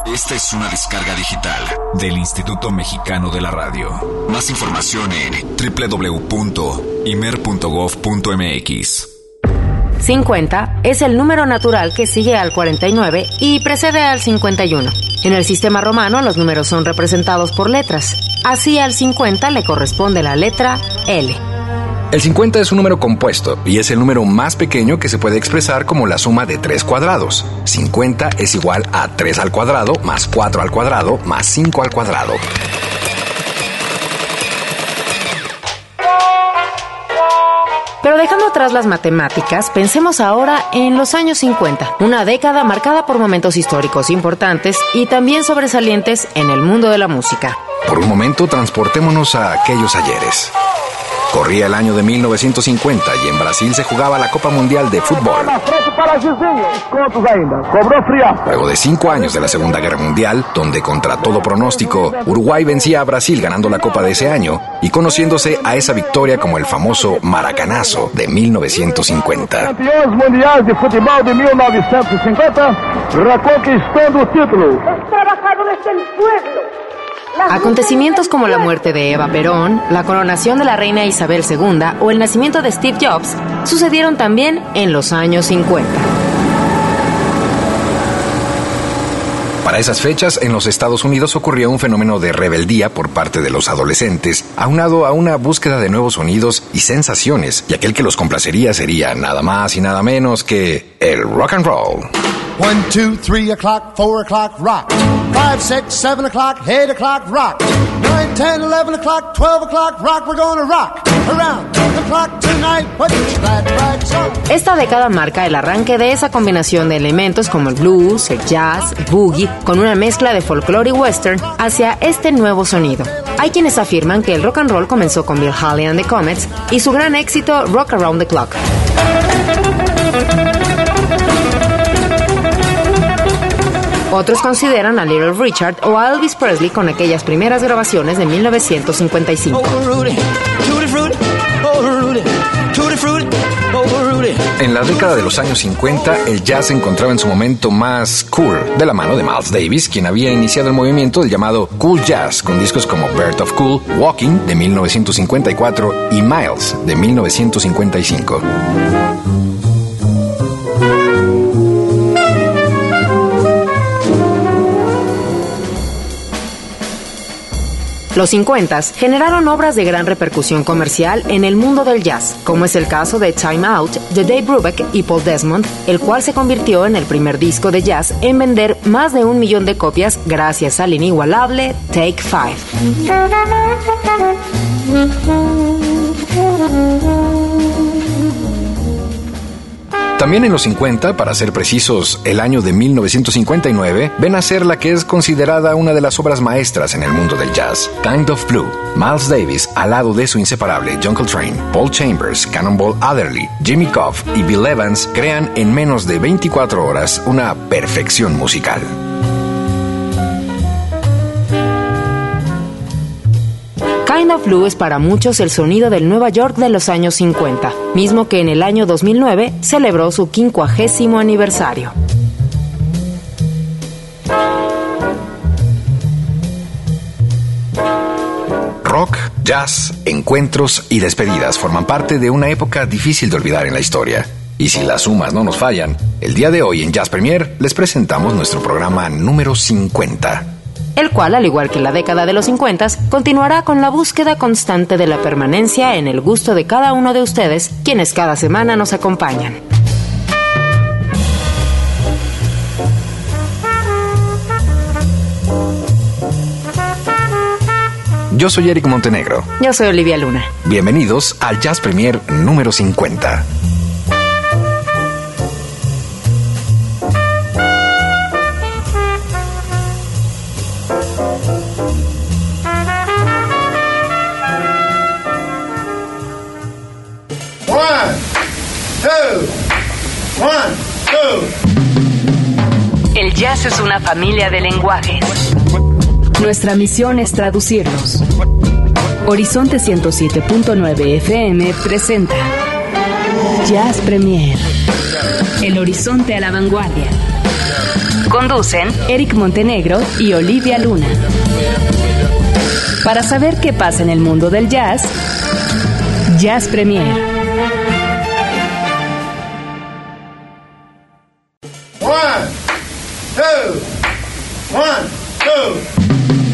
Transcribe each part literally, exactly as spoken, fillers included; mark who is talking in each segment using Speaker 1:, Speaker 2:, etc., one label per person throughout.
Speaker 1: Esta es una descarga digital del Instituto Mexicano de la Radio. Más información en doble u doble u doble u punto i m e r punto gov punto m x.
Speaker 2: cincuenta es el número natural que sigue al cuarenta y nueve y precede al cincuenta y uno. En el sistema romano los números son representados por letras. Así al cincuenta le corresponde la letra L.
Speaker 3: El cincuenta es un número compuesto y es el número más pequeño que se puede expresar como la suma de tres cuadrados. cincuenta es igual a tres al cuadrado más cuatro al cuadrado más cinco al cuadrado.
Speaker 2: Pero dejando atrás las matemáticas, pensemos ahora en los años cincuenta, una década marcada por momentos históricos importantes y también sobresalientes en el mundo de la música.
Speaker 3: Por un momento, transportémonos a aquellos ayeres. Corría el año de mil novecientos cincuenta y en Brasil se jugaba la Copa Mundial de Fútbol. Luego de cinco años de la Segunda Guerra Mundial, donde contra todo pronóstico, Uruguay vencía a Brasil ganando la Copa de ese año y conociéndose a esa victoria como el famoso Maracanazo de mil novecientos cincuenta.
Speaker 4: Campeões mundiais de futebol de mil novecientos cincuenta, reconquistando el título.
Speaker 2: Los trabajadores del pueblo. Acontecimientos como la muerte de Eva Perón, la coronación de la reina Isabel segunda o el nacimiento de Steve Jobs sucedieron también en los años cincuenta.
Speaker 3: Para esas fechas, en los Estados Unidos ocurrió un fenómeno de rebeldía por parte de los adolescentes, aunado a una búsqueda de nuevos sonidos y sensaciones, y aquel que los complacería sería nada más y nada menos que el rock and roll.
Speaker 5: One, two, three o'clock, four o'clock, rock. Five, six, seven o'clock, eight o'clock, rock. Nine, ten, eleven o'clock, twelve o'clock, rock. We're gonna rock around the clock tonight. Put your glad rags on.
Speaker 2: Esta década marca el arranque de esa combinación de elementos como el blues, el jazz, el boogie, con una mezcla de folclore y western hacia este nuevo sonido. Hay quienes afirman que el rock and roll comenzó con Bill Haley and the Comets y su gran éxito Rock Around the Clock. Otros consideran a Little Richard o a Elvis Presley con aquellas primeras grabaciones de mil novecientos cincuenta y cinco.
Speaker 3: En la década de los años cincuenta, el jazz se encontraba en su momento más cool, de la mano de Miles Davis, quien había iniciado el movimiento del llamado cool jazz, con discos como Birth of Cool, Walking, de mil novecientos cincuenta y cuatro, y Miles, de mil novecientos cincuenta y cinco.
Speaker 2: Los cincuentas generaron obras de gran repercusión comercial en el mundo del jazz, como es el caso de Time Out de Dave Brubeck y Paul Desmond, el cual se convirtió en el primer disco de jazz en vender más de un millón de copias gracias al inigualable Take Five.
Speaker 3: También en los cincuenta, para ser precisos, el año de mil novecientos cincuenta y nueve, ven a ser la que es considerada una de las obras maestras en el mundo del jazz, Kind of Blue. Miles Davis, al lado de su inseparable John Coltrane, Paul Chambers, Cannonball Adderley, Jimmy Cobb y Bill Evans crean en menos de veinticuatro horas una perfección musical.
Speaker 2: Kind of Blue es para muchos el sonido del Nueva York de los años cincuenta, mismo que en el año dos mil nueve celebró su quincuagésimo aniversario.
Speaker 3: Rock, jazz, encuentros y despedidas forman parte de una época difícil de olvidar en la historia. Y si las sumas no nos fallan, el día de hoy en Jazz Premier les presentamos nuestro programa número cincuenta.
Speaker 2: El cual, al igual que la década de los cincuenta, continuará con la búsqueda constante de la permanencia en el gusto de cada uno de ustedes, quienes cada semana nos acompañan.
Speaker 3: Yo soy Eric Montenegro.
Speaker 2: Yo soy Olivia Luna.
Speaker 3: Bienvenidos al Jazz Premier número cincuenta.
Speaker 6: El jazz es una familia de lenguajes.
Speaker 7: Nuestra misión es traducirlos. Horizonte ciento siete punto nueve F M presenta Jazz Premier. El horizonte a la vanguardia.
Speaker 6: Conducen
Speaker 7: Eric Montenegro y Olivia Luna. Para saber qué pasa en el mundo del jazz, Jazz Premier.
Speaker 5: One, two, one, two.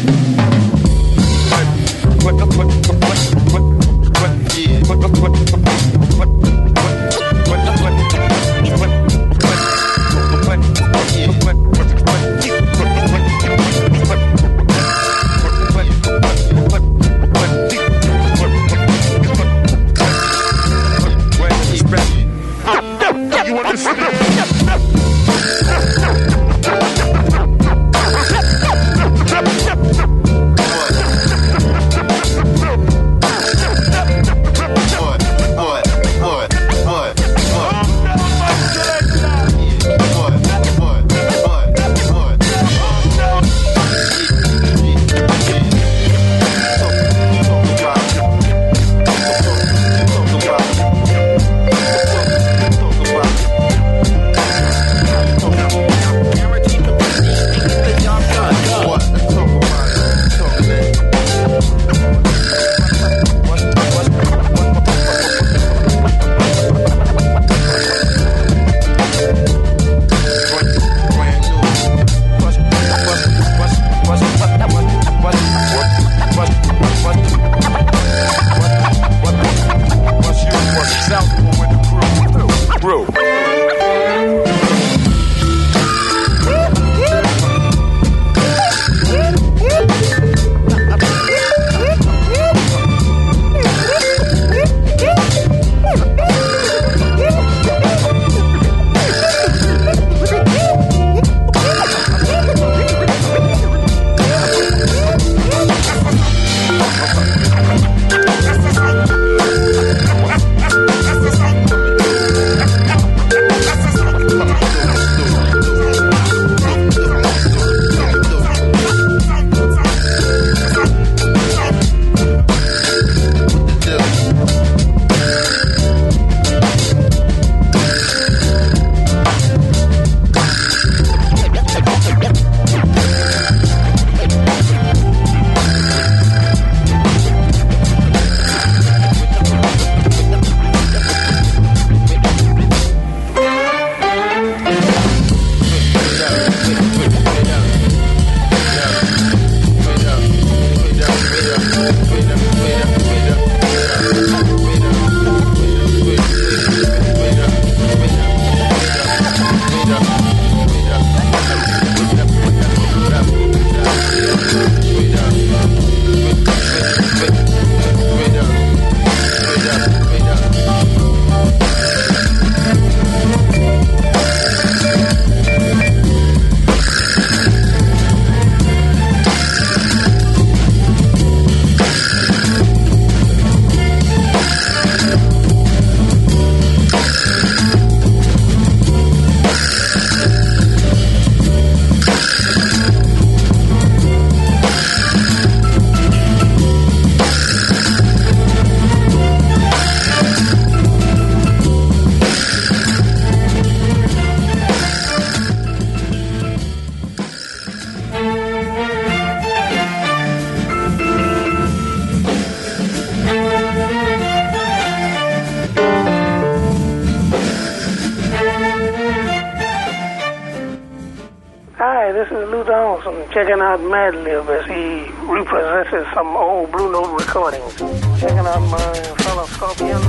Speaker 8: Hi, this is Lou Donaldson checking out Madlib as he repossesses some old Blue Note recordings. Checking out my fellow Scorpion.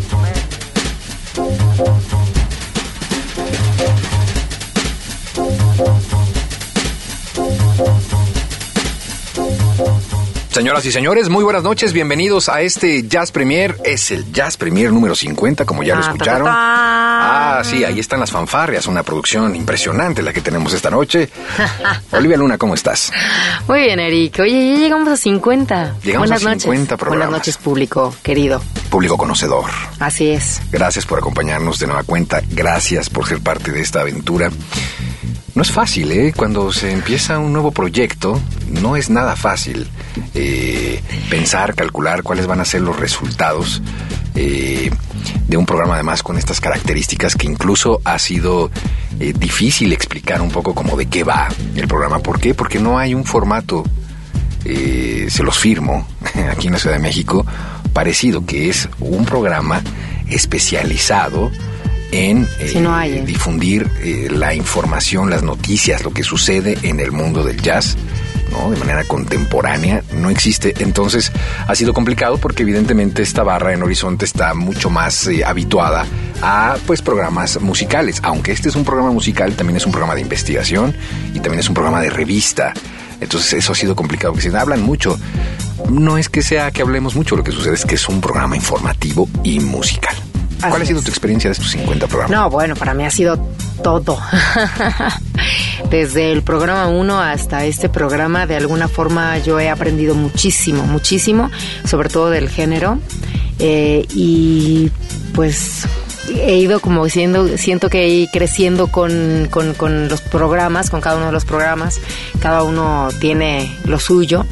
Speaker 3: Señoras y señores, muy buenas noches, bienvenidos a este Jazz Premier. Es el Jazz Premier número cincuenta, como ya lo escucharon. Ah, sí, ahí están las fanfarrias, una producción impresionante la que tenemos esta noche. Olivia Luna, ¿cómo estás?
Speaker 2: Muy bien, Eric. Oye, ya llegamos a cincuenta.
Speaker 3: Llegamos
Speaker 2: buenas
Speaker 3: a
Speaker 2: noches.
Speaker 3: cincuenta programas.
Speaker 2: Buenas noches, público querido.
Speaker 3: Público conocedor.
Speaker 2: Así es.
Speaker 3: Gracias por acompañarnos de nueva cuenta. Gracias por ser parte de esta aventura. No es fácil, ¿eh? Cuando se empieza un nuevo proyecto, no es nada fácil eh, pensar, calcular cuáles van a ser los resultados. eh, de un programa además con estas características que incluso ha sido eh, difícil explicar un poco como de qué va el programa. ¿Por qué? Porque no hay un formato, eh, se los firmo, aquí en la Ciudad de México, parecido, que es un programa especializado en eh,
Speaker 2: sí, no hay, ¿eh?
Speaker 3: difundir eh, la información, las noticias, lo que sucede en el mundo del jazz, ¿no? De manera contemporánea. No existe. Entonces ha sido complicado porque evidentemente esta barra en Horizonte está mucho más eh, habituada a pues programas musicales. Aunque este es un programa musical, también es un programa de investigación y también es un programa de revista. Entonces eso ha sido complicado, porque si hablan mucho, no es que sea que hablemos mucho, lo que sucede es que es un programa informativo y musical.
Speaker 2: Así
Speaker 3: ¿Cuál ha sido
Speaker 2: es.
Speaker 3: tu experiencia de estos cincuenta programas?
Speaker 2: No, bueno, para mí ha sido todo. Desde el programa uno hasta este programa, de alguna forma yo he aprendido muchísimo, muchísimo, sobre todo del género. Eh, y pues he ido como siendo, siento que he ido creciendo con, con, con los programas, con cada uno de los programas. Cada uno tiene lo suyo.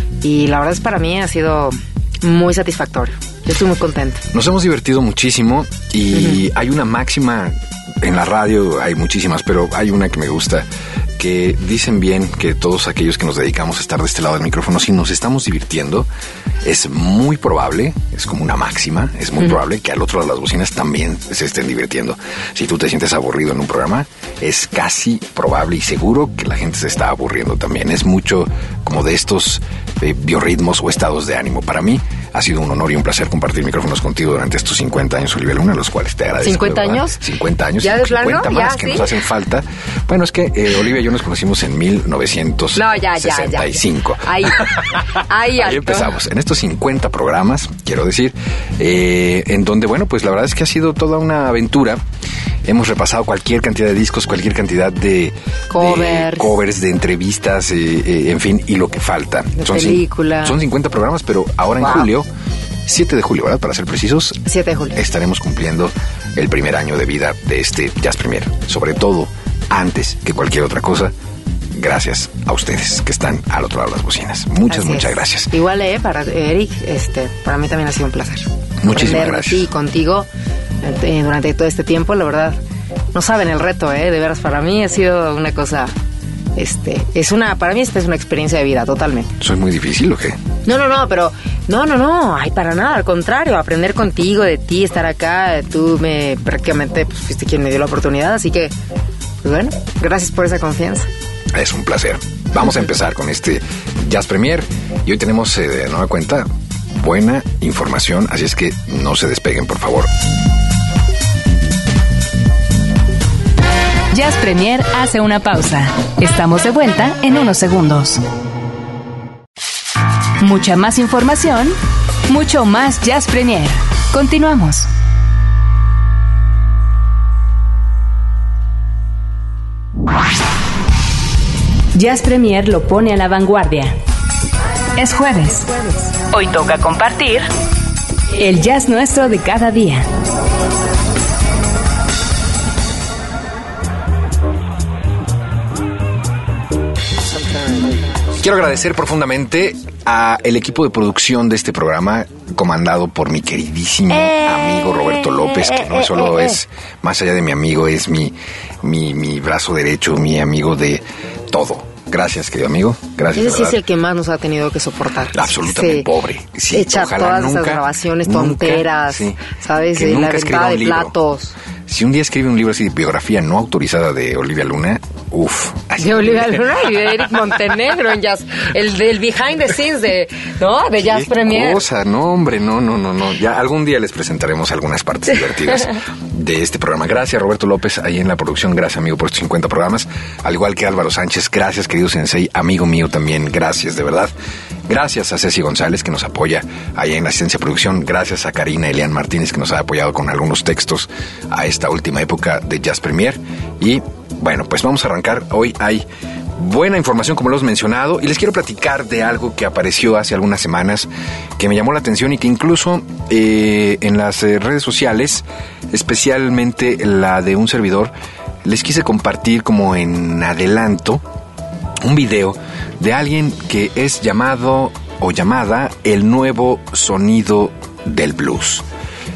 Speaker 2: Y la verdad es, para mí ha sido muy satisfactorio. Yo estoy muy contenta.
Speaker 3: Nos hemos divertido muchísimo y uh-huh. hay una máxima en la radio, hay muchísimas, pero hay una que me gusta, que dicen bien que todos aquellos que nos dedicamos a estar de este lado del micrófono, si nos estamos divirtiendo, es muy probable, es como una máxima, es muy uh-huh. probable que al otro lado de las bocinas también se estén divirtiendo. Si tú te sientes aburrido en un programa, es casi probable y seguro que la gente se está aburriendo también. Es mucho como de estos eh, biorritmos o estados de ánimo. Para mí ha sido un honor y un placer compartir micrófonos contigo durante estos cincuenta años, Olivia Luna, los cuales te agradezco.
Speaker 2: ¿cincuenta años?
Speaker 3: cincuenta años.
Speaker 2: ¿Ya de plano?
Speaker 3: cincuenta más
Speaker 2: ¿Ya,
Speaker 3: que
Speaker 2: sí?
Speaker 3: nos hacen falta. Bueno, es que eh, Olivia y yo nos conocimos en mil novecientos sesenta y cinco.
Speaker 2: No, ya, ya, ya. Ahí, ahí,
Speaker 3: ahí empezamos. En estos cincuenta programas, quiero decir, eh, en donde, bueno, pues la verdad es que ha sido toda una aventura. Hemos repasado cualquier cantidad de discos, cualquier cantidad de
Speaker 2: covers,
Speaker 3: de, covers, de entrevistas, eh, eh, en fin, y lo que falta.
Speaker 2: De
Speaker 3: son,
Speaker 2: película.
Speaker 3: Son cincuenta programas, pero ahora wow. en julio, siete de julio, ¿verdad? Para ser precisos.
Speaker 2: siete de julio.
Speaker 3: Estaremos cumpliendo el primer año de vida de este Jazz Premier. Sobre todo, antes que cualquier otra cosa, gracias a ustedes que están al otro lado de las bocinas. Muchas, Así muchas
Speaker 2: es.
Speaker 3: gracias.
Speaker 2: Igual, eh, para Eric, este, para mí también ha sido un placer.
Speaker 3: Muchísimas
Speaker 2: Aprender
Speaker 3: gracias.
Speaker 2: De ti y contigo eh, durante todo este tiempo, la verdad, no saben el reto, eh, de veras, para mí ha sido una cosa, este, es una, para mí esta es una experiencia de vida, totalmente.
Speaker 3: ¿Soy muy difícil o qué?
Speaker 2: No, no, no, pero, no, no, no, ay, para nada, al contrario, aprender contigo, de ti, estar acá, tú me, prácticamente, pues, fuiste quien me dio la oportunidad, así que, pues bueno, gracias por esa confianza.
Speaker 3: Es un placer. Vamos a empezar con este Jazz Premier y hoy tenemos eh, de nueva cuenta buena información, así es que no se despeguen, por favor.
Speaker 7: Jazz Premier hace una pausa. Estamos de vuelta en unos segundos. Mucha más información, mucho más Jazz Premier. Continuamos. Jazz Premier lo pone a la vanguardia. Es jueves. Hoy toca compartir el jazz nuestro de cada día.
Speaker 3: Quiero agradecer profundamente a el equipo de producción de este programa, comandado por mi queridísimo eh, amigo Roberto López, que no solo eh, eh, es, más allá de mi amigo, es mi, mi, mi brazo derecho, mi amigo de todo. Gracias, querido amigo. Gracias.
Speaker 2: Ese sí es el que más nos ha tenido que soportar.
Speaker 3: Absolutamente, sí, pobre. Sí,
Speaker 2: echa todas nunca, esas grabaciones tonteras, nunca, sí, ¿sabes?
Speaker 3: Que
Speaker 2: la
Speaker 3: nunca
Speaker 2: ventada de
Speaker 3: libro.
Speaker 2: platos.
Speaker 3: Si un día escribe un libro así de biografía no autorizada de Olivia Luna, uff.
Speaker 2: De Olivia Luna y de Eric Montenegro en jazz. El del behind the scenes de, ¿no? De Jazz Premier.
Speaker 3: Cosa, no, hombre, no, no, no, no. Ya algún día les presentaremos algunas partes divertidas de este programa. Gracias, Roberto López, ahí en la producción. Gracias, amigo, por estos cincuenta programas. Al igual que Álvaro Sánchez, gracias, querido sensei, amigo mío también. Gracias, de verdad. Gracias a Ceci González, que nos apoya ahí en la asistencia de producción. Gracias a Karina Elian Martínez, que nos ha apoyado con algunos textos a esta última época de Jazz Premier. Y bueno, pues vamos a arrancar. Hoy hay buena información, como lo hemos mencionado, y les quiero platicar de algo que apareció hace algunas semanas, que me llamó la atención y que incluso eh, en las eh, redes sociales, especialmente la de un servidor, les quise compartir como en adelanto un video de alguien que es llamado o llamada el nuevo sonido del blues.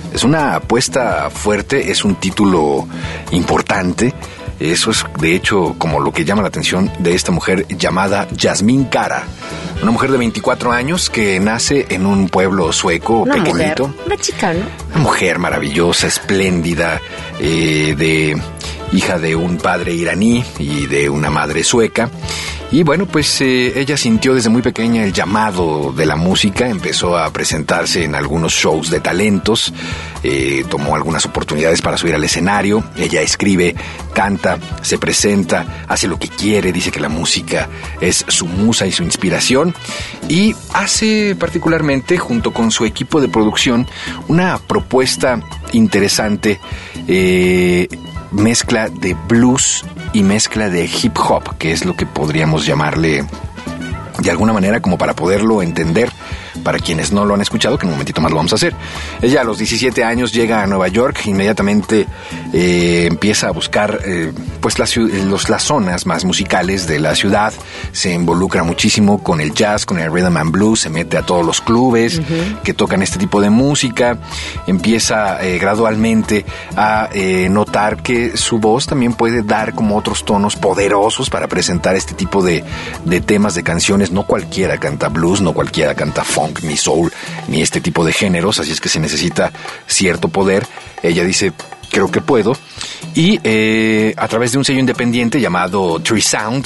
Speaker 3: Es una apuesta fuerte, es un título importante. Eso es, de hecho, como lo que llama la atención de esta mujer llamada Jasmine Cara. Una mujer de veinticuatro años que nace en un pueblo sueco
Speaker 2: una
Speaker 3: pequeñito.
Speaker 2: Mujer, una chica, ¿no?
Speaker 3: Una mujer maravillosa, espléndida, eh, de hija de un padre iraní y de una madre sueca. Y bueno, pues eh, ella sintió desde muy pequeña el llamado de la música, empezó a presentarse en algunos shows de talentos, eh, tomó algunas oportunidades para subir al escenario, ella escribe, canta, se presenta, hace lo que quiere, dice que la música es su musa y su inspiración, y hace particularmente, junto con su equipo de producción, una propuesta interesante, eh, mezcla de blues y mezcla de hip hop, que es lo que podríamos llamarle de alguna manera como para poderlo entender para quienes no lo han escuchado, que en un momentito más lo vamos a hacer. Ella a los diecisiete años llega a Nueva York, inmediatamente eh, empieza a buscar eh, pues las, los, las zonas más musicales de la ciudad, se involucra muchísimo con el jazz, con el rhythm and blues, se mete a todos los clubes uh-huh. que tocan este tipo de música, empieza eh, gradualmente a eh, notar que su voz también puede dar como otros tonos poderosos para presentar este tipo de, de temas, de canciones. No cualquiera canta blues, no cualquiera canta funk, ni soul, ni este tipo de géneros, así es que se necesita cierto poder. Ella dice, creo que puedo, y eh, a través de un sello independiente llamado Tree Sound,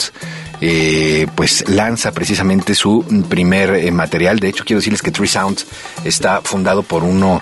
Speaker 3: eh, pues lanza precisamente su primer eh, material. De hecho, quiero decirles que Tree Sound está fundado por uno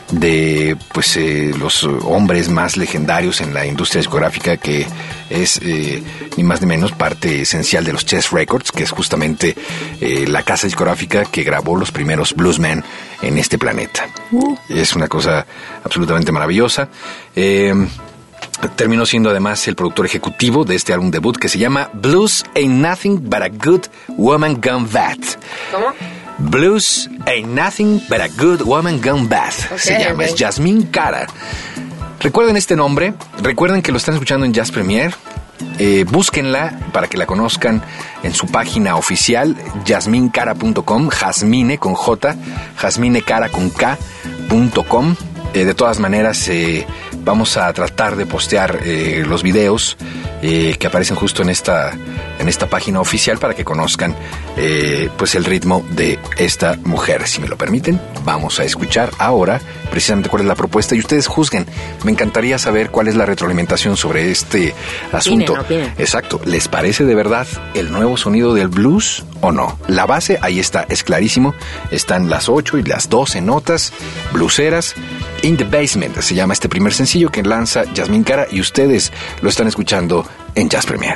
Speaker 3: de pues eh, los hombres más legendarios en la industria discográfica, que es eh, ni más ni menos parte esencial de los Chess Records, que es justamente eh, la casa discográfica que grabó los primeros bluesmen en este planeta. Uh. Es una cosa absolutamente maravillosa. Eh, terminó siendo además el productor ejecutivo de este álbum debut, que se llama Blues Ain't Nothing But a Good Woman Gone Bad.
Speaker 2: ¿Cómo?
Speaker 3: Blues Ain't Nothing But a Good Woman Gone Bad. Okay, se llama, okay. Es Jasmine Cara. Recuerden este nombre, recuerden que lo están escuchando en Jazz Premier. Eh, búsquenla para que la conozcan en su página oficial, jasmine cara punto com, Jasmine con J, jasminecara con K punto com. Eh, de todas maneras, eh, vamos a tratar de postear eh, los videos eh, que aparecen justo en esta, en esta página oficial para que conozcan eh, pues el ritmo de esta mujer. Si me lo permiten, vamos a escuchar ahora precisamente cuál es la propuesta y ustedes juzguen. Me encantaría saber cuál es la retroalimentación sobre este asunto.
Speaker 2: Opinen, opinen.
Speaker 3: Exacto. ¿Les parece de verdad el nuevo sonido del blues o no? La base, ahí está, es clarísimo. Están las ocho y las doce notas blueseras. In the Basement se llama este primer sencillo que lanza Jasmine Cara, y ustedes lo están escuchando en Jazz Premier.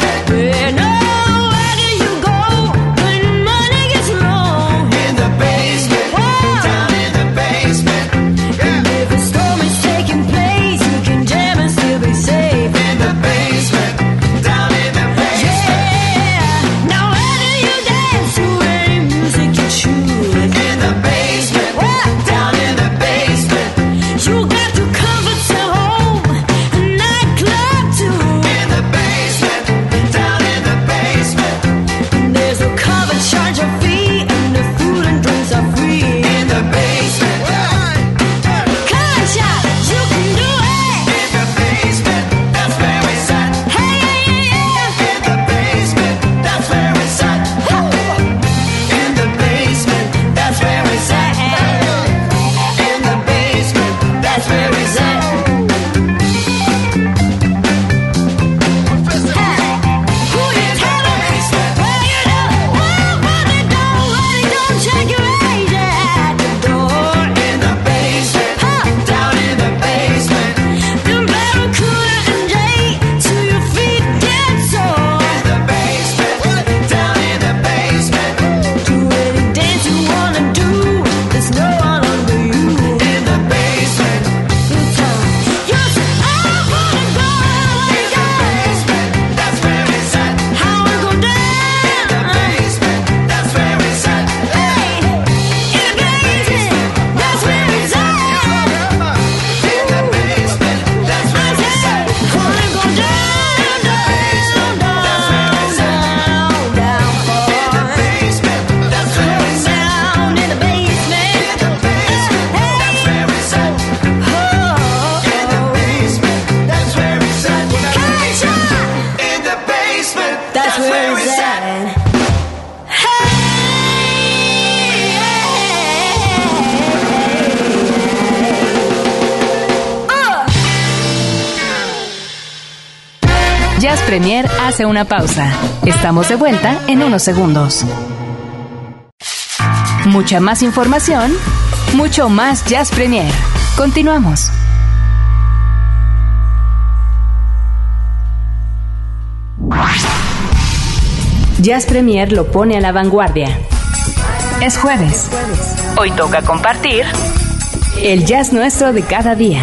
Speaker 9: Base.
Speaker 7: Jazz Premier hace una pausa. Estamos de vuelta en unos segundos. Mucha más información, mucho más Jazz Premier. Continuamos. Jazz Premier lo pone a la vanguardia. Es jueves.
Speaker 6: Hoy toca compartir
Speaker 7: el jazz nuestro de cada día.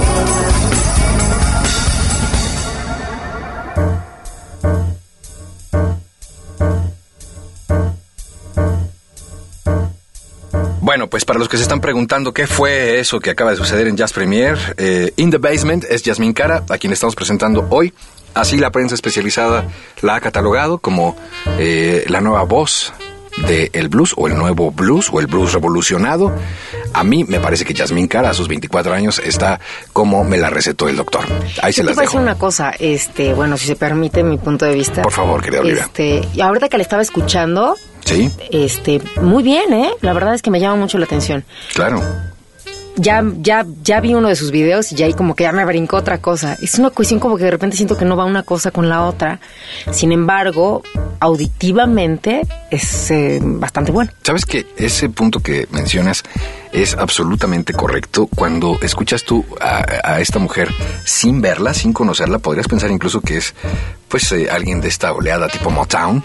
Speaker 3: Bueno, pues para los que se están preguntando qué fue eso que acaba de suceder en Jazz Premier, eh, In the Basement es Yasmín Cara, a quien estamos presentando hoy. Así la prensa especializada la ha catalogado como eh, la nueva voz del blues, o el nuevo blues, o el blues revolucionado. A mí me parece que Yasmín Cara, a sus veinticuatro años, está como me la recetó el doctor. Ahí se las dejo. Te
Speaker 2: voy a decir una cosa, este, bueno, si se permite mi punto de vista.
Speaker 3: Por favor, querida Olivia.
Speaker 2: Este, y ahorita que le estaba escuchando,
Speaker 3: sí,
Speaker 2: este, muy bien, ¿eh? La verdad es que me llama mucho la atención.
Speaker 3: Claro.
Speaker 2: Ya, ya, ya vi uno de sus videos y ya ahí como que ya me brincó otra cosa. Es una cuestión como que de repente siento que no va una cosa con la otra. Sin embargo, auditivamente es eh, bastante bueno.
Speaker 3: ¿Sabes que ese punto que mencionas es absolutamente correcto? Cuando escuchas tú a, a esta mujer sin verla, sin conocerla, podrías pensar incluso que es pues eh, alguien de esta oleada tipo Motown.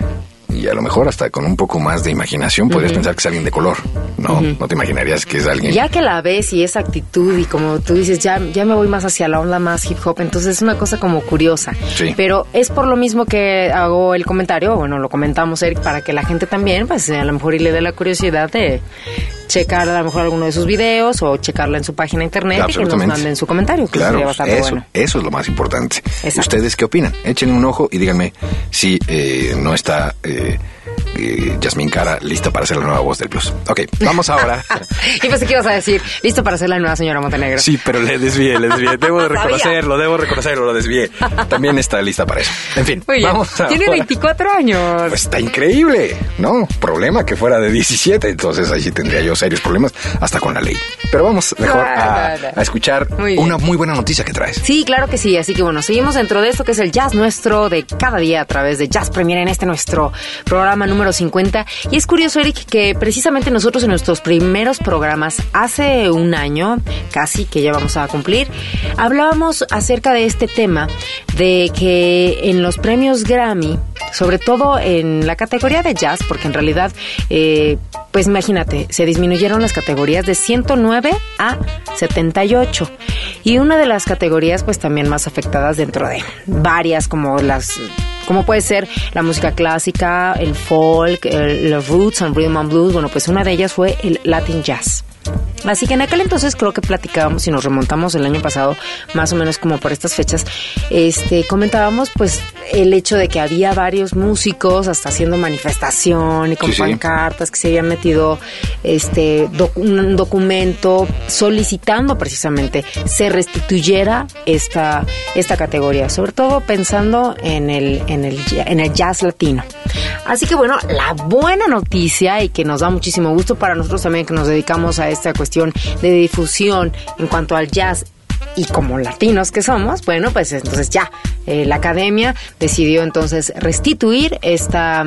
Speaker 3: Y a lo mejor hasta con un poco más de imaginación podrías uh-huh. pensar que es alguien de color. No, uh-huh. no te imaginarías que es alguien...
Speaker 2: Ya que la ves y esa actitud y como tú dices, ya, ya me voy más hacia la onda más hip hop, entonces es una cosa como curiosa.
Speaker 3: Sí.
Speaker 2: Pero es por lo mismo que hago el comentario, bueno, lo comentamos, Eric, para que la gente también, pues a lo mejor y le dé la curiosidad de checar a lo mejor alguno de sus videos o checarla en su página de internet y que nos manden su comentario. Que
Speaker 3: claro,
Speaker 2: sería bastante
Speaker 3: eso,
Speaker 2: bueno.
Speaker 3: Eso es lo más importante.
Speaker 2: Exacto.
Speaker 3: ¿Ustedes qué opinan? Echen un ojo y díganme si eh, no está... Eh, Eh, Yasmín Cara lista para ser la nueva voz del blues. Ok, vamos ahora.
Speaker 2: Y pensé que ibas a decir, listo para ser la nueva señora Montenegro.
Speaker 3: Sí, pero le desvié, le desvié. Debo de reconocerlo, debo reconocerlo, lo desvié. También está lista para eso. En fin,
Speaker 2: muy bien.
Speaker 3: Vamos a
Speaker 2: Tiene veinticuatro años.
Speaker 3: Pues está increíble, ¿no? Problema que fuera de diecisiete, entonces ahí sí tendría yo serios problemas, hasta con la ley. Pero vamos mejor a, a escuchar muy una muy buena noticia que traes.
Speaker 2: Sí, claro que sí. Así que bueno, seguimos dentro de esto que es el jazz nuestro de cada día a través de Jazz Premier en este nuestro programa número cincuenta. Y es curioso, Eric, que precisamente nosotros en nuestros primeros programas, hace un año, casi que ya vamos a cumplir, hablábamos acerca de este tema, de que en los premios Grammy, sobre todo en la categoría de jazz, porque en realidad, eh, pues imagínate, se disminuyeron las categorías de ciento nueve a setenta y ocho. Y una de las categorías, pues también más afectadas dentro de varias, como las... como puede ser la música clásica, el folk, el, los roots and rhythm and blues. Bueno, pues una de ellas fue el Latin Jazz. Así que en aquel entonces creo que platicábamos y nos remontamos el año pasado, más o menos como por estas fechas, este, comentábamos pues el hecho de que había varios músicos hasta haciendo manifestación y con sí, pancartas sí. que se habían metido este doc, un documento solicitando precisamente se restituyera esta, esta categoría, sobre todo pensando en el, en el, en el jazz latino. Así que bueno, la buena noticia y que nos da muchísimo gusto para nosotros también que nos dedicamos a esta cuestión de difusión en cuanto al jazz y como latinos que somos, bueno, pues entonces ya eh, la academia decidió entonces restituir esta,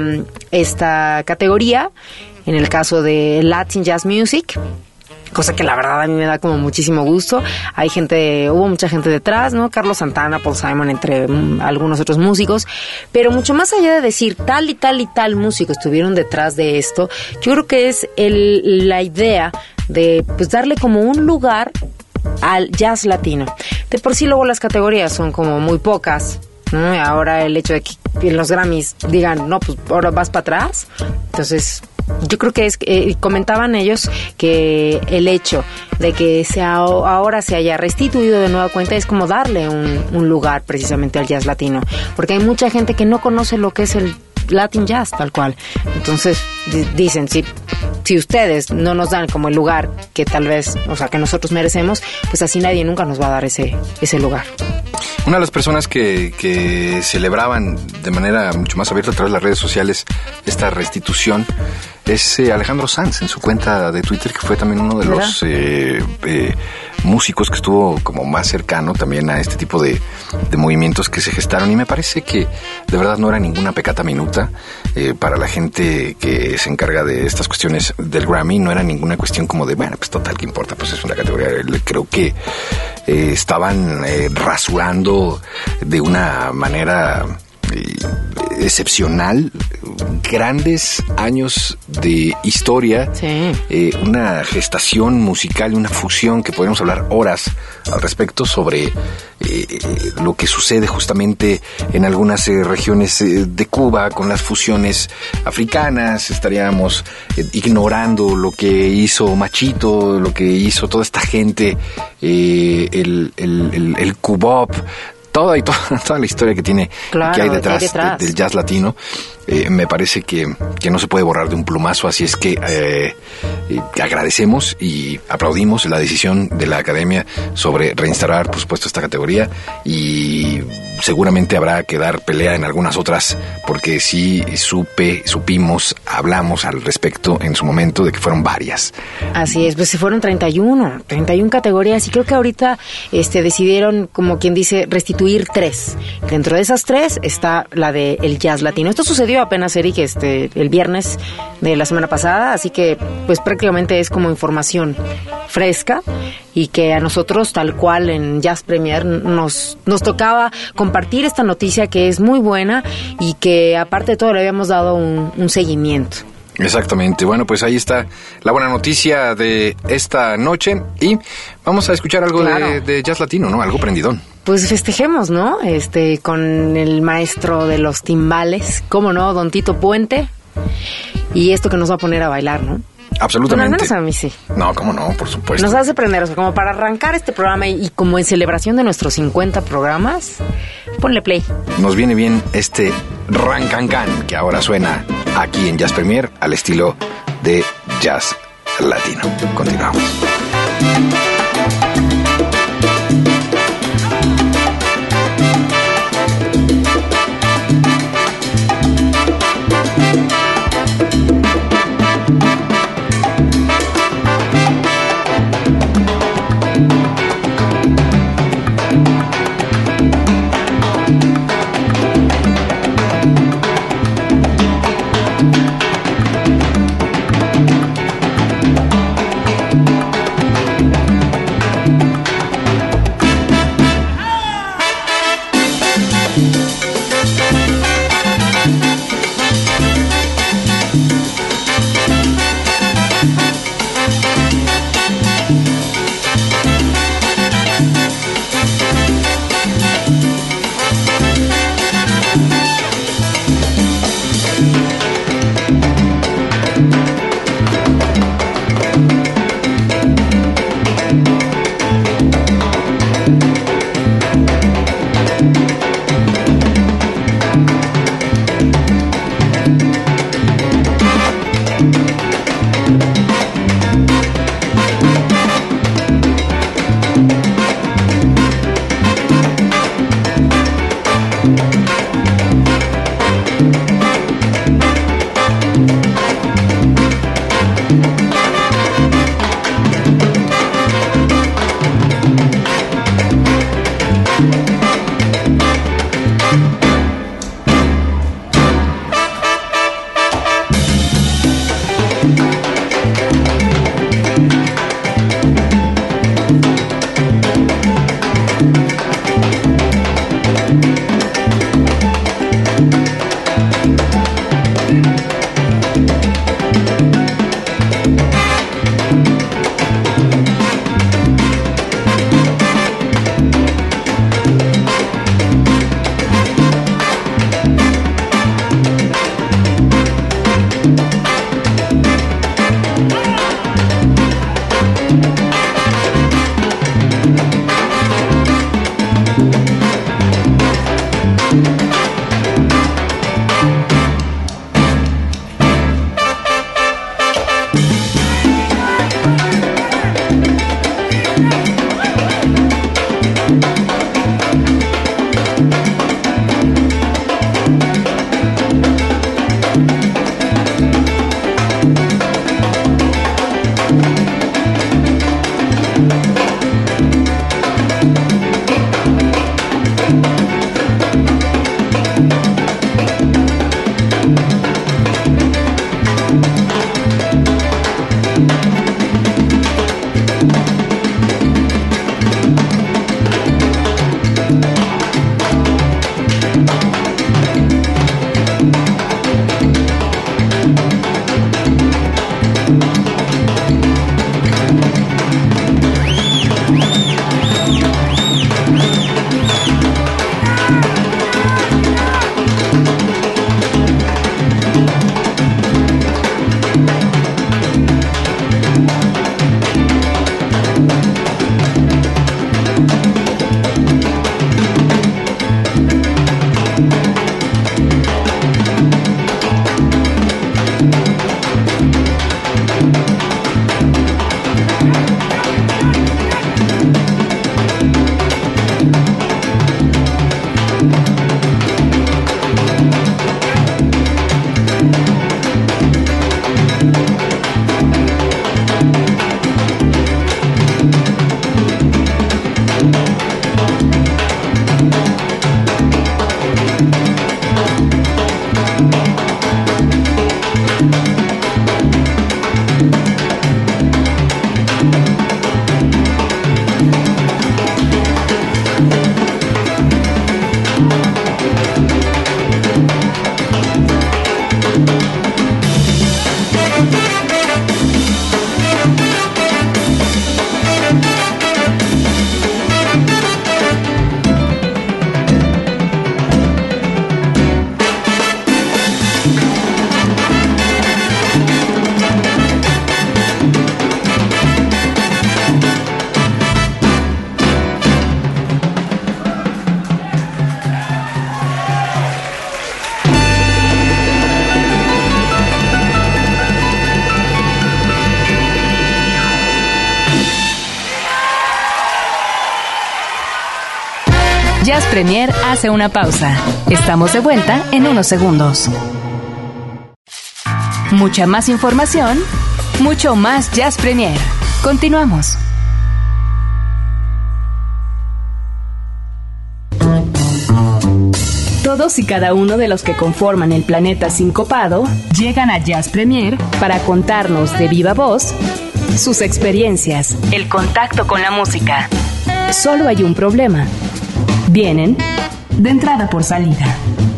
Speaker 2: esta categoría en el caso de Latin Jazz Music, cosa que la verdad a mí me da como muchísimo gusto. Hay gente, hubo mucha gente detrás, ¿no? Carlos Santana, Paul Simon, entre um, algunos otros músicos, pero mucho más allá de decir tal y tal y tal músico estuvieron detrás de esto, yo creo que es el, la idea de pues darle como un lugar al jazz latino. De por sí luego las categorías son como muy pocas, ¿no? Ahora el hecho de que en los Grammys digan, no, pues ahora vas para atrás, entonces... Yo creo que es, eh, comentaban ellos que el hecho de que sea, ahora se haya restituido de nueva cuenta es como darle un, un lugar precisamente al jazz latino, porque hay mucha gente que no conoce lo que es el Latin Jazz tal cual. Entonces d- dicen, si, si ustedes no nos dan como el lugar que tal vez, o sea, que nosotros merecemos, pues así nadie nunca nos va a dar ese, ese lugar.
Speaker 3: Una de las personas que, que celebraban de manera mucho más abierta a través de las redes sociales esta restitución es eh, Alejandro Sanz en su cuenta de Twitter, que fue también uno de ¿verdad? los eh, eh, músicos que estuvo como más cercano también a este tipo de, de movimientos que se gestaron, y me parece que de verdad no era ninguna pecata minuta eh, para la gente que se encarga de estas cuestiones del Grammy. No era ninguna cuestión como de, bueno, pues total, ¿qué importa? Pues es una categoría. Creo que eh, estaban eh, rasurando de una manera eh, excepcional grandes años de historia,
Speaker 2: sí.
Speaker 3: eh, una gestación musical, una fusión que podemos hablar horas al respecto sobre eh, lo que sucede justamente en algunas eh, regiones eh, de Cuba con las fusiones africanas. Estaríamos eh, ignorando lo que hizo Machito, lo que hizo toda esta gente, eh, el, el, el, el cubop, toda y toda, toda la historia que tiene,
Speaker 2: claro,
Speaker 3: que hay detrás,
Speaker 2: hay detrás.
Speaker 3: De, del jazz latino. Eh, me parece que, que no se puede borrar de un plumazo, así es que eh, eh, agradecemos y aplaudimos la decisión de la Academia sobre reinstalar, por supuesto, esta categoría, y seguramente habrá que dar pelea en algunas otras, porque sí supe, supimos, hablamos al respecto en su momento de que fueron varias.
Speaker 2: Así es, pues se fueron treinta y uno categorías, y creo que ahorita este, decidieron, como quien dice, restituir tres. Dentro de esas tres está la de el jazz latino. Esto sucedió apenas, Eric, este, el viernes de la semana pasada, así que pues prácticamente es como información fresca, y que a nosotros, tal cual en Jazz Premier, nos, nos tocaba compartir esta noticia que es muy buena y que aparte de todo le habíamos dado un, un seguimiento.
Speaker 3: Exactamente. Bueno, pues ahí está la buena noticia de esta noche, y vamos a escuchar algo claro. de, de jazz latino, ¿no? Algo prendidón.
Speaker 2: Pues festejemos, ¿no? Este, con el maestro de los timbales, ¿cómo no? Don Tito Puente, y esto que nos va a poner a bailar, ¿no?
Speaker 3: Absolutamente.
Speaker 2: Bueno, al menos a mí sí.
Speaker 3: No, cómo no, por supuesto.
Speaker 2: Nos hace prender, o sea, como para arrancar este programa, y, y como en celebración de nuestros cincuenta programas, ponle play.
Speaker 3: Nos viene bien este Rancancan, que ahora suena aquí en Jazz Premier al estilo de jazz latino. Continuamos.
Speaker 7: Jazz Premier hace una pausa. Estamos de vuelta en unos segundos. Mucha más información, mucho más Jazz Premier. Continuamos. Todos y cada uno de los que conforman el planeta sincopado llegan a Jazz Premier para contarnos de viva voz sus experiencias, el contacto con la música. Solo hay un problema. Vienen de entrada por salida.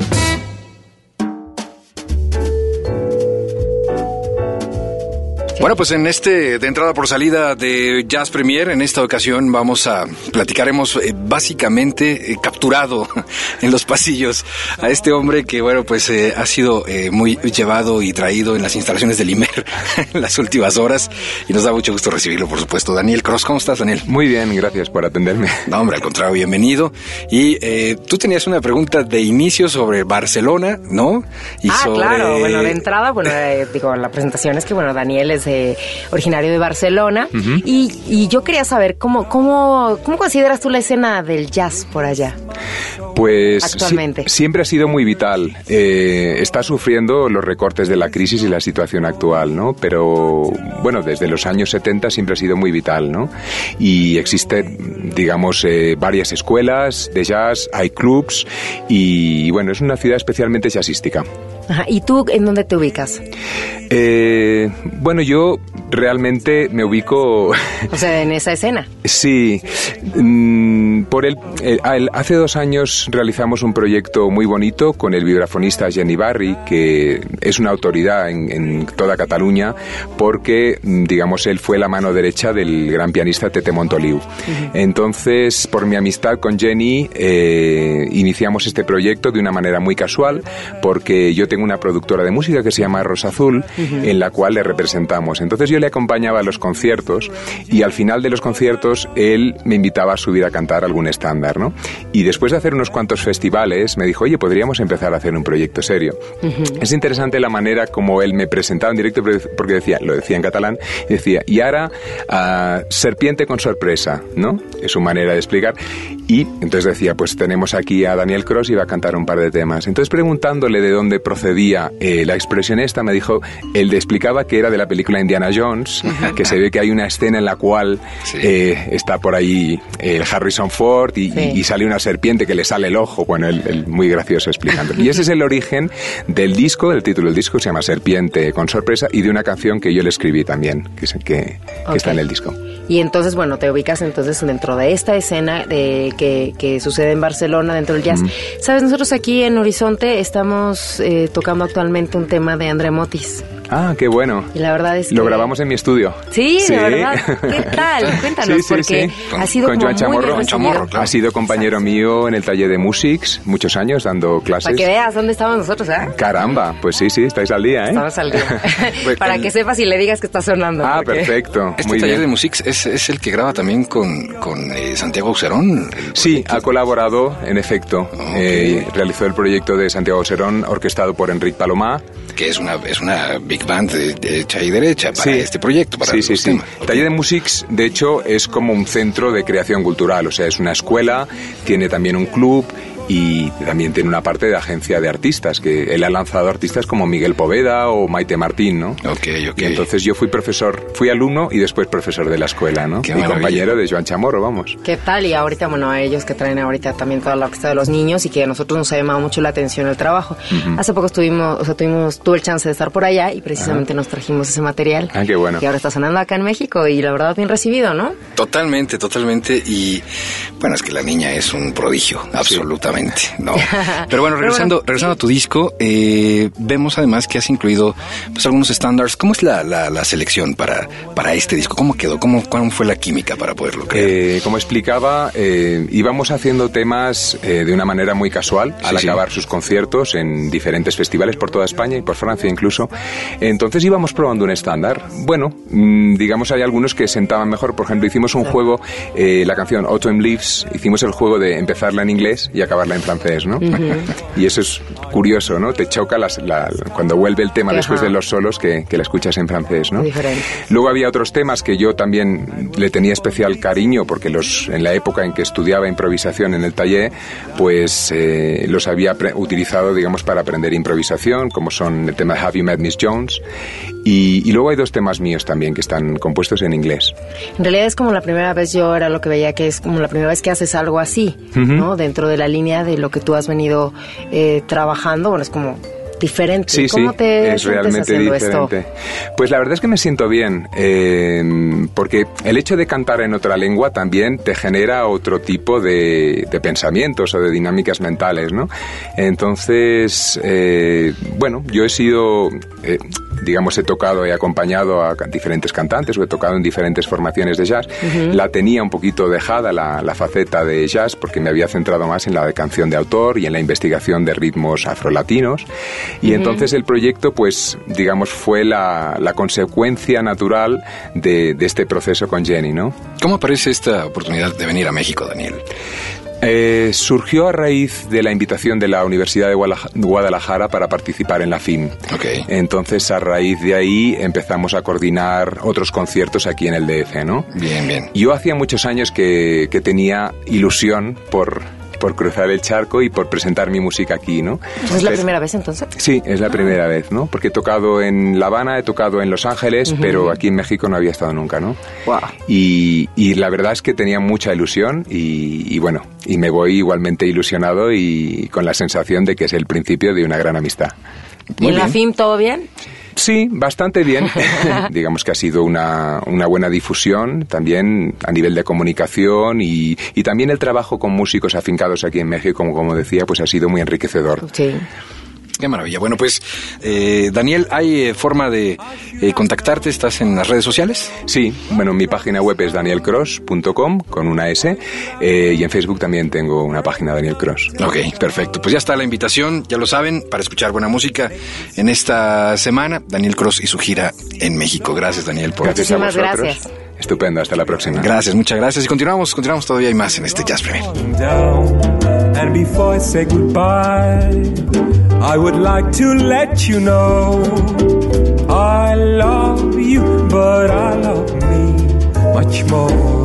Speaker 3: Bueno, pues en este de entrada por salida de Jazz Premier, en esta ocasión vamos a platicaremos eh, básicamente eh, capturado en los pasillos a este hombre que, bueno, pues eh, ha sido eh, muy llevado y traído en las instalaciones del I M E R en las últimas horas y nos da mucho gusto recibirlo, por supuesto. Daniel Cross, ¿cómo estás, Daniel?
Speaker 9: Muy bien, gracias por atenderme.
Speaker 3: No, hombre, al contrario, bienvenido. Y eh, tú tenías una pregunta de inicio sobre Barcelona, ¿no? Y
Speaker 2: ah,
Speaker 3: sobre...
Speaker 2: claro, bueno, de entrada, bueno, eh, digo, la presentación es que, bueno, Daniel es Eh, originario de Barcelona, uh-huh. y, y yo quería saber cómo, cómo, cómo consideras tú la escena del jazz por allá.
Speaker 9: Pues
Speaker 2: actualmente.
Speaker 9: Si, siempre ha sido muy vital. Eh, está sufriendo los recortes de la crisis y la situación actual, ¿no? Pero bueno, desde los años setenta siempre ha sido muy vital, ¿no? Y existen, digamos, eh, varias escuelas de jazz, hay clubs y bueno, es una ciudad especialmente jazzística.
Speaker 2: Ajá. ¿Y tú en dónde te ubicas?
Speaker 9: Eh, bueno, yo realmente me ubico...
Speaker 2: O sea, en esa escena.
Speaker 9: Sí. Mm, por el, el, el, hace dos años realizamos un proyecto muy bonito con el vibrafonista Jenny Barry, que es una autoridad en, en toda Cataluña, porque, digamos, él fue la mano derecha del gran pianista Tete Montoliu. Uh-huh. Entonces, por mi amistad con Jenny, eh, iniciamos este proyecto de una manera muy casual, porque yo tengo una productora de música que se llama Rosa Azul, uh-huh. en la cual le representamos. Entonces yo le acompañaba a los conciertos y al final de los conciertos él me invitaba a subir a cantar algún estándar, ¿no? Y después de hacer unos cuantos festivales me dijo, oye, podríamos empezar a hacer un proyecto serio. Uh-huh. Es interesante la manera como él me presentaba en directo, porque decía, lo decía en catalán, y decía, y ahora uh, serpiente con sorpresa, ¿no? Es su manera de explicar. Y entonces decía, pues tenemos aquí a Daniel Cross y va a cantar un par de temas. Entonces preguntándole de dónde procedía eh, la expresión esta, me dijo, él le explicaba que era de la película Indiana Jones, uh-huh. que se ve que hay una escena en la cual sí. eh, está por ahí el Harrison Ford y, sí. y, y sale una serpiente que le sale el ojo, bueno, él, él muy gracioso explicando. Y ese es el origen del disco, el título del disco se llama Serpiente con sorpresa, y de una canción que yo le escribí también, que, que, que okay. está en el disco.
Speaker 2: Y entonces, bueno, te ubicas entonces dentro de esta escena de que, que sucede en Barcelona, dentro del jazz. Mm. Sabes, nosotros aquí en Horizonte estamos eh, tocando actualmente un tema de André Motis.
Speaker 9: Ah, qué bueno.
Speaker 2: Y la verdad es que...
Speaker 9: Lo grabamos en mi estudio.
Speaker 2: Sí, sí. De verdad. ¿Qué tal? Cuéntanos, sí, sí, porque sí.
Speaker 9: Con,
Speaker 2: ha sido
Speaker 9: con
Speaker 2: como
Speaker 9: Joan Chamorro,
Speaker 2: muy bien
Speaker 9: con Chamorro, claro. Ha sido compañero Exacto. mío en el taller de Musics muchos años dando clases.
Speaker 2: Para que veas dónde estamos nosotros, ¿eh?
Speaker 9: Caramba, pues sí, sí, estáis al día, ¿eh?
Speaker 2: Estamos al día. Para que sepas y le digas que está sonando.
Speaker 9: Ah, porque... perfecto.
Speaker 3: Este
Speaker 9: muy
Speaker 3: taller
Speaker 9: bien.
Speaker 3: de Musics es, es el que graba también con, con eh, Santiago Auserón.
Speaker 9: Sí, ha colaborado, en efecto. Okay. Eh, realizó el proyecto de Santiago Auserón, orquestado por Enric Palomá.
Speaker 3: Que es una, es una big band de, de derecha y derecha para sí. este proyecto, para
Speaker 9: sí,
Speaker 3: los
Speaker 9: sí, sí.
Speaker 3: temas.
Speaker 9: El taller de Musics, de hecho, es como un centro de creación cultural, o sea, es una escuela, tiene también un club y también tiene una parte de agencia de artistas, que él ha lanzado artistas como Miguel Poveda o Maite Martín, ¿no?
Speaker 3: Ok, ok.
Speaker 9: Y entonces yo fui profesor, fui alumno y después profesor de la escuela, ¿no?
Speaker 3: Qué
Speaker 9: Mi
Speaker 3: maravilla.
Speaker 9: compañero de Joan Chamorro, vamos.
Speaker 2: ¿Qué tal? Y ahorita, bueno, a ellos que traen ahorita también toda la orquesta de los niños y que a nosotros nos ha llamado mucho la atención el trabajo. Uh-huh. Hace poco estuvimos, o sea, tuvimos, tuve el chance de estar por allá y precisamente uh-huh. nos trajimos ese material.
Speaker 9: Ah, qué bueno.
Speaker 2: Que ahora está sonando acá en México y la verdad bien recibido, ¿no?
Speaker 3: Totalmente, totalmente. Y bueno, es que la niña es un prodigio, absolutamente, sí. ¿no? Pero bueno, regresando, Pero bueno, regresando sí. a tu disco, eh, vemos además que has incluido pues algunos estándares. ¿Cómo es la, la, la selección para, para este disco? ¿Cómo quedó? ¿Cómo, ¿Cuál fue la química para poderlo crear?
Speaker 9: Eh, como explicaba, eh, íbamos haciendo temas eh, de una manera muy casual al sí, acabar sí. sus conciertos en diferentes festivales por toda España y por Francia incluso. Entonces íbamos probando un estándar. Bueno, mmm, digamos hay algunos que sentaban mejor. Por ejemplo, hicimos un juego, eh, la canción Autumn Leaves, hicimos el juego de empezarla en inglés y acabarla cantarla en francés, ¿no?
Speaker 2: Uh-huh.
Speaker 9: Y eso es curioso, ¿no? Te choca las, la, cuando vuelve el tema, ajá, después de los solos que, que la escuchas en francés, ¿no?
Speaker 2: Diferente.
Speaker 9: Luego había otros temas que yo también le tenía especial cariño, porque los en la época en que estudiaba improvisación en el taller, pues eh, los había pre- utilizado, digamos, para aprender improvisación, como son el tema Have You Met Miss Jones, y, y luego hay dos temas míos también que están compuestos en inglés.
Speaker 2: En realidad es como la primera vez, yo era lo que veía que es como la primera vez que haces algo así, uh-huh, ¿no? Dentro de la línea de lo que tú has venido eh, trabajando, bueno, es como diferente.
Speaker 9: Sí,
Speaker 2: ¿Cómo
Speaker 9: sí,
Speaker 2: te
Speaker 9: es
Speaker 2: sientes
Speaker 9: realmente
Speaker 2: haciendo
Speaker 9: diferente.
Speaker 2: esto?
Speaker 9: Pues la verdad es que me siento bien, eh, porque el hecho de cantar en otra lengua también te genera otro tipo de, de pensamientos o de dinámicas mentales, ¿no? Entonces, eh, bueno, yo he sido... Eh, digamos, he tocado, he acompañado a diferentes cantantes o he tocado en diferentes formaciones de jazz. Uh-huh. La tenía un poquito dejada la, la faceta de jazz porque me había centrado más en la de canción de autor y en la investigación de ritmos afrolatinos. Y uh-huh, entonces el proyecto, pues, digamos, fue la, la consecuencia natural de, de este proceso con Jenny, ¿no?
Speaker 3: ¿Cómo aparece esta oportunidad de venir a México, Daniel?
Speaker 9: Eh, surgió a raíz de la invitación de la Universidad de Guadalajara para participar en la F I M.
Speaker 3: Okay.
Speaker 9: Entonces, a raíz de ahí empezamos a coordinar otros conciertos aquí en el D F, ¿no?
Speaker 3: Bien, bien.
Speaker 9: Yo hacía muchos años que, que tenía ilusión por... por cruzar el charco y por presentar mi música aquí, ¿no?
Speaker 2: ¿Es la primera vez entonces?
Speaker 9: Sí, es la ah. primera vez, ¿no? Porque he tocado en La Habana, he tocado en Los Ángeles, uh-huh, pero aquí en México no había estado nunca, ¿no?
Speaker 2: Wow.
Speaker 9: Y, y la verdad es que tenía mucha ilusión y, y bueno, y me voy igualmente ilusionado y con la sensación de que es el principio de una gran amistad.
Speaker 2: ¿Y en la F I M todo bien?
Speaker 9: Sí, bastante bien. Digamos que ha sido una, una buena difusión también a nivel de comunicación y, y también el trabajo con músicos afincados aquí en México, como, como decía, pues ha sido muy enriquecedor.
Speaker 2: Sí.
Speaker 3: Qué maravilla. Bueno, pues, eh, Daniel, ¿hay eh, forma de eh, contactarte? ¿Estás en las redes sociales?
Speaker 9: Sí, bueno, mi página web es daniel cross punto com con una S eh, y en Facebook también tengo una página Daniel Cross.
Speaker 3: Ok, perfecto. Pues ya está la invitación, ya lo saben, para escuchar buena música en esta semana. Daniel Cross y su gira en México. Gracias, Daniel, por
Speaker 9: gracias a vosotros.
Speaker 2: Gracias.
Speaker 9: Estupendo, hasta la próxima.
Speaker 3: Gracias, muchas gracias. Y continuamos, continuamos, todavía hay más en este Jazz Premier.
Speaker 10: And before I say goodbye, I would like to let you know I love you, but I love me much more.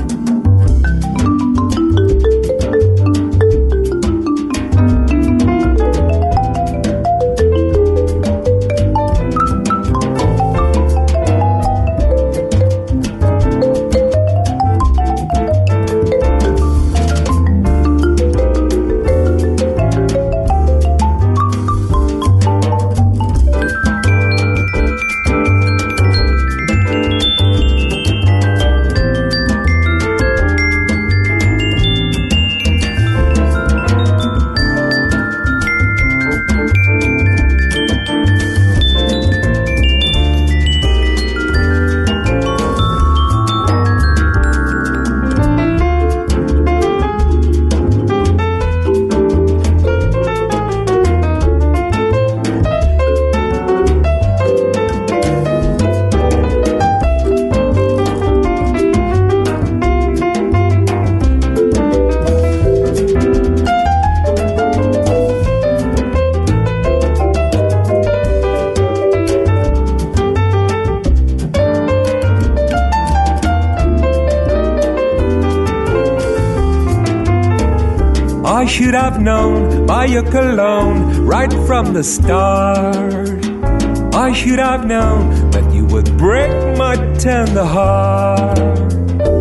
Speaker 10: I should have known by your cologne right from the start. I should have known that you would break my tender heart.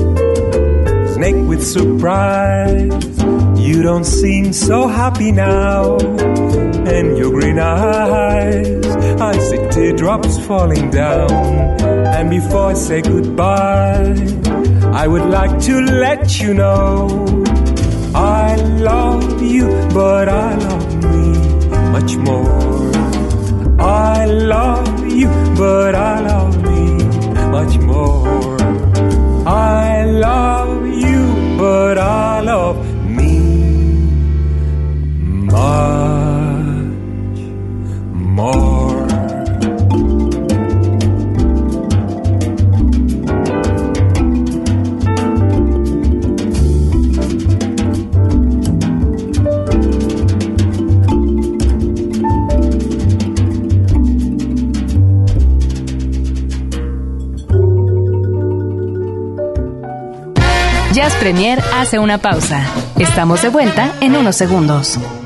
Speaker 10: Snake with surprise, you don't seem so happy now. And your green eyes, I see teardrops falling down. And before I say goodbye, I would like to let you know I love you, but I love me much more. I love you, but I love me much more. I love you, but I love me much more.
Speaker 7: Premier hace una pausa. Estamos de vuelta en unos segundos.